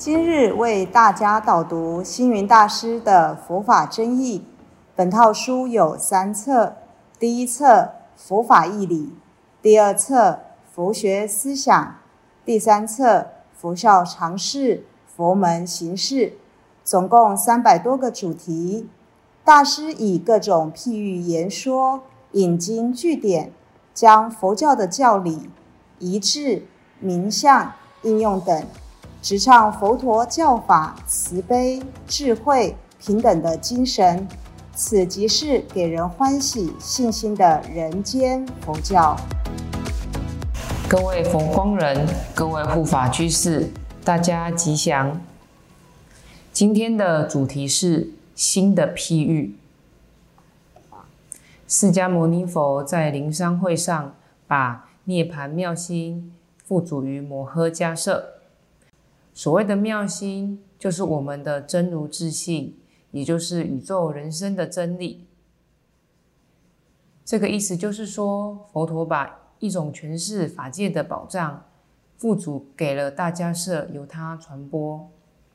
今日为大家导读星云大师的佛法真义。本套书有3册，第1册佛法义理，第2册佛学思想，第3册佛教常识、佛门行事，总共300多个主题。大师以各种譬喻言说，引经据典，将佛教的教理、仪制、名相、应用等，直唱佛陀教法慈悲、智慧、平等的精神，此即是给人欢喜信心的人间佛教。 各位佛光人，各位护法居士，大家吉祥。今天的主题是心的譬喻。释迦牟尼佛在灵山会上，把涅槃妙心付诸于摩诃迦叶。所谓的妙心，就是我们的真如自性，也就是宇宙人生的真理。这个意思就是说，佛陀把一种诠释法界的宝藏付诸给了大迦叶，由他传播。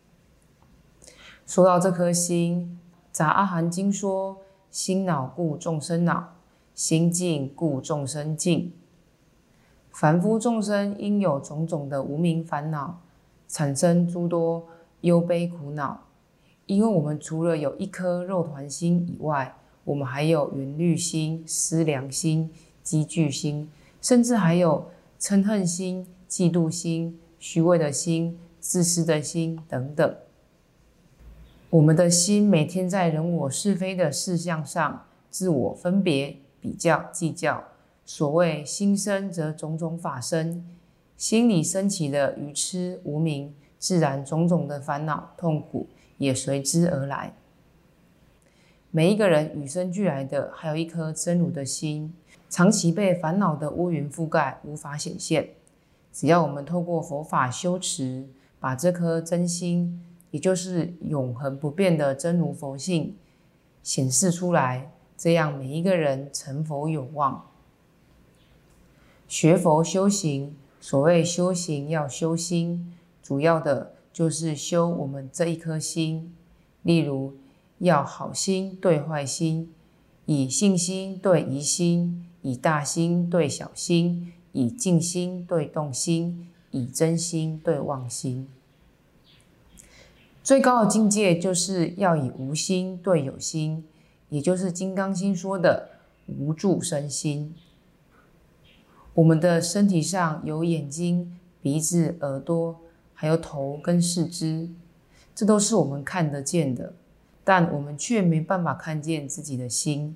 说到这颗心，杂阿含经说：心恼故众生恼，心静故众生静。凡夫众生因有种种的无明烦恼，产生诸多忧悲苦恼。因为我们除了有一颗肉团心以外，我们还有缘虑心、思量心、积聚心，甚至还有嗔恨心、嫉妒心、虚伪的心、自私的心等等。我们的心每天在人我是非的事项上自我分别、比较、计较。所谓心生则种种法生，心里升起的愚痴无明，自然种种的烦恼痛苦也随之而来。每一个人与生俱来的还有一颗真如的心，长期被烦恼的乌云覆盖，无法显现。只要我们透过佛法修持，把这颗真心，也就是永恒不变的真如佛性显示出来，这样每一个人成佛有望。学佛修行，所谓修行要修心，主要的就是修我们这一颗心。例如，要好心对坏心，以信心对疑心，以大心对小心，以静心对动心，以真心对妄心。最高的境界就是要以无心对有心，也就是金刚经说的无住生心。我们的身体上有眼睛、鼻子、耳朵，还有头跟四肢，这都是我们看得见的，但我们却没办法看见自己的心。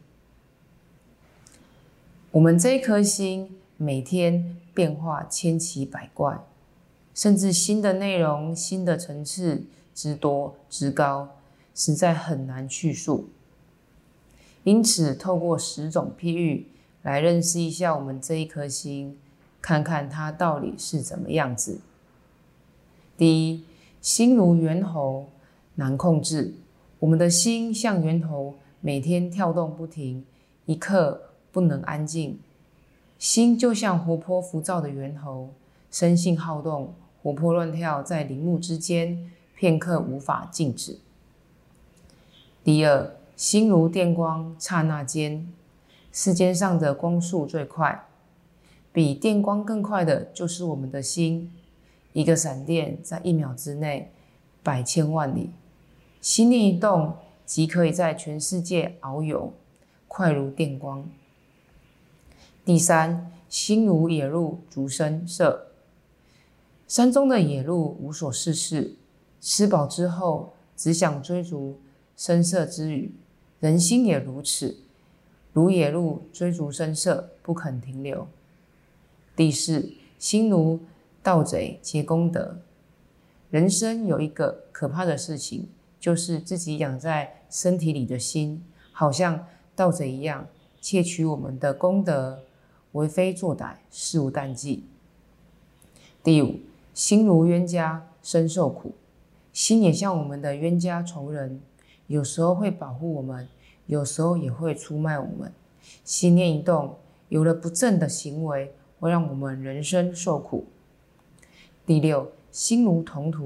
我们这一颗心每天变化千奇百怪，甚至新的内容、新的层次之多之高，实在很难叙述。因此，透过10种譬喻来认识一下我们这一颗心，看看它到底是怎么样子。第一，心如猿猴，难控制。我们的心像猿猴，每天跳动不停，一刻不能安静。心就像活泼浮躁的猿猴，生性好动，活泼乱跳在林木之间，片刻无法静止。第二，心如电光，刹那间。世间上的光速最快，比电光更快的就是我们的心。一个闪电在1秒之内，百千万里。心念一动，即可以在全世界遨游，快如电光。第三，心如野鹿，逐声色。山中的野鹿无所事事，吃饱之后只想追逐声色之语，人心也如此，如野鹿追逐声色，不肯停留。第四，心如盗贼劫功德。人生有一个可怕的事情，就是自己养在身体里的心，好像盗贼一样，窃取我们的功德，为非作歹，事无惮忌。第五，心如冤家，深受苦。心也像我们的冤家仇人，有时候会保护我们，有时候也会出卖我们。心念一动，有了不正的行为，会让我们人生受苦。第六，心如铜土，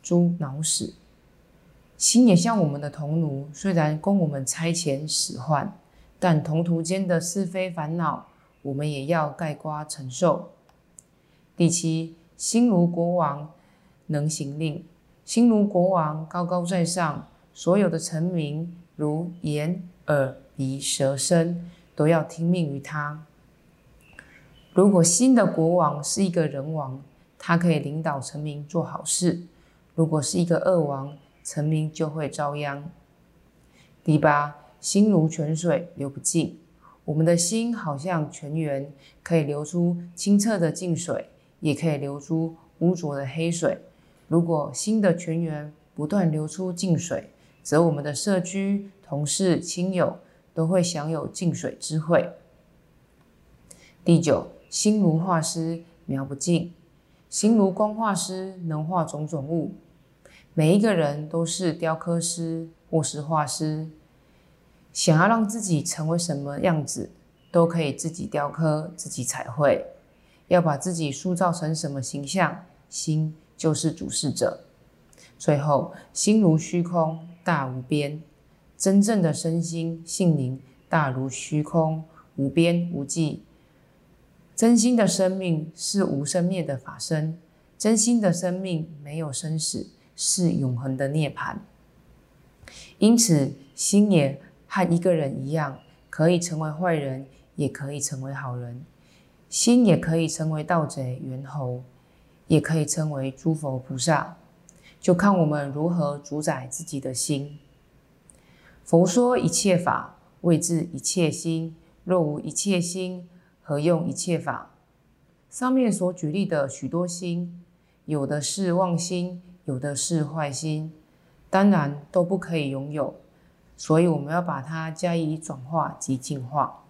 诸恼使。心也像我们的童奴，虽然供我们差遣使唤，但同途间的是非烦恼，我们也要概括承受。第七，心如国王，能行令。心如国王，高高在上，所有的臣民如眼、耳、鼻、舌、身，都要听命于他。如果新的国王是一个人王，他可以领导臣民做好事；如果是一个恶王，臣民就会遭殃。第八，心如泉水，流不尽。我们的心好像泉源，可以流出清澈的净水，也可以流出污浊的黑水。如果新的泉源不断流出净水，则我们的社居、同事、亲友都会享有净水之慧。第九，心如画师，描不尽。心如光画师，能画种种物。每一个人都是雕刻师或是画师，想要让自己成为什么样子，都可以自己雕刻、自己彩绘。要把自己塑造成什么形象，心就是主事者。最后，心如虚空，大无边。真正的身心性灵大如虚空，无边无际。真心的生命是无生灭的法身，真心的生命没有生死，是永恒的涅槃。因此，心也和一个人一样，可以成为坏人，也可以成为好人。心也可以成为盗贼、猿猴，也可以成为诸佛菩萨，就看我们如何主宰自己的心。佛说一切法，谓之一切心。若无一切心，何用一切法？上面所举例的许多心，有的是妄心，有的是坏心，当然都不可以拥有，所以我们要把它加以转化及净化。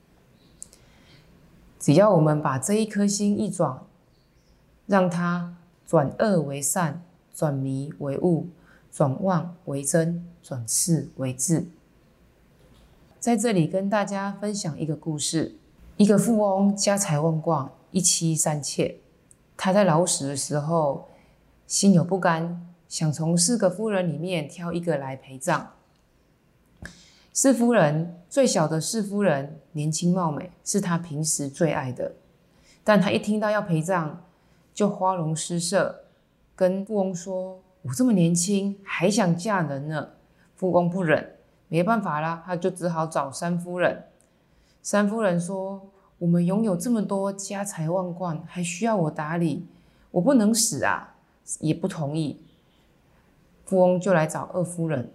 只要我们把这一颗心一转，让它转恶为善，转迷为悟，转妄为真，转世为智。在这里跟大家分享一个故事。一个富翁家财万贯，一妻三妾。他在老死的时候，心有不甘，想从4个夫人里面挑一个来陪葬。四夫人，最小的四夫人年轻貌美，是他平时最爱的。但他一听到要陪葬，就花容失色，跟富翁说：“我这么年轻，还想嫁人呢。”富翁不忍，没办法啦，他就只好找三夫人。三夫人说：“我们拥有这么多家财万贯，还需要我打理，我不能死啊！”也不同意。富翁就来找二夫人。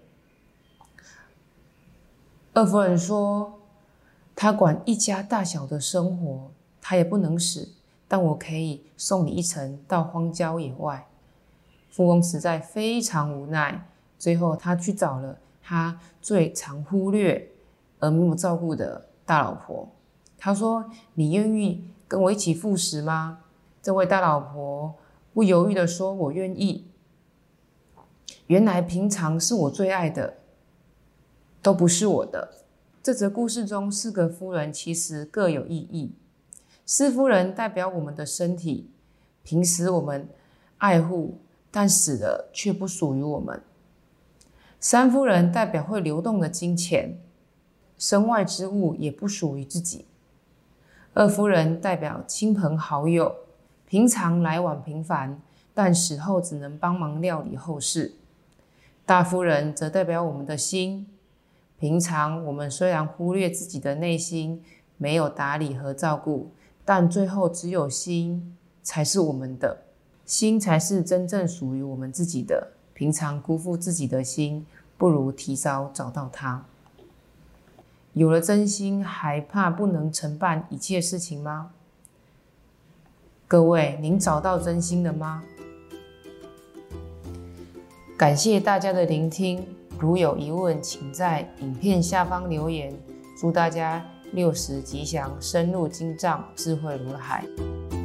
二夫人说：“他管一家大小的生活，他也不能死，但我可以送你一程到荒郊野外。”富翁实在非常无奈，最后他去找了他最常忽略而没有照顾的大老婆。他说：“你愿意跟我一起赴死吗？”这位大老婆不犹豫地说：“我愿意。”原来平常是我最爱的，都不是我的。这则故事中4个夫人其实各有意义。四夫人代表我们的身体，平时我们爱护，但死了却不属于我们。三夫人代表会流动的金钱，身外之物也不属于自己。二夫人代表亲朋好友，平常来往频繁，但死后只能帮忙料理后事。大夫人则代表我们的心，平常我们虽然忽略自己的内心，没有打理和照顾，但最后只有心才是我们的，心才是真正属于我们自己的。平常辜负自己的心，不如提早找到它。有了真心，还怕不能承办一切事情吗？各位，您找到真心了吗？感谢大家的聆听，如有疑问，请在影片下方留言。祝大家60吉祥，深入经藏，智慧如海。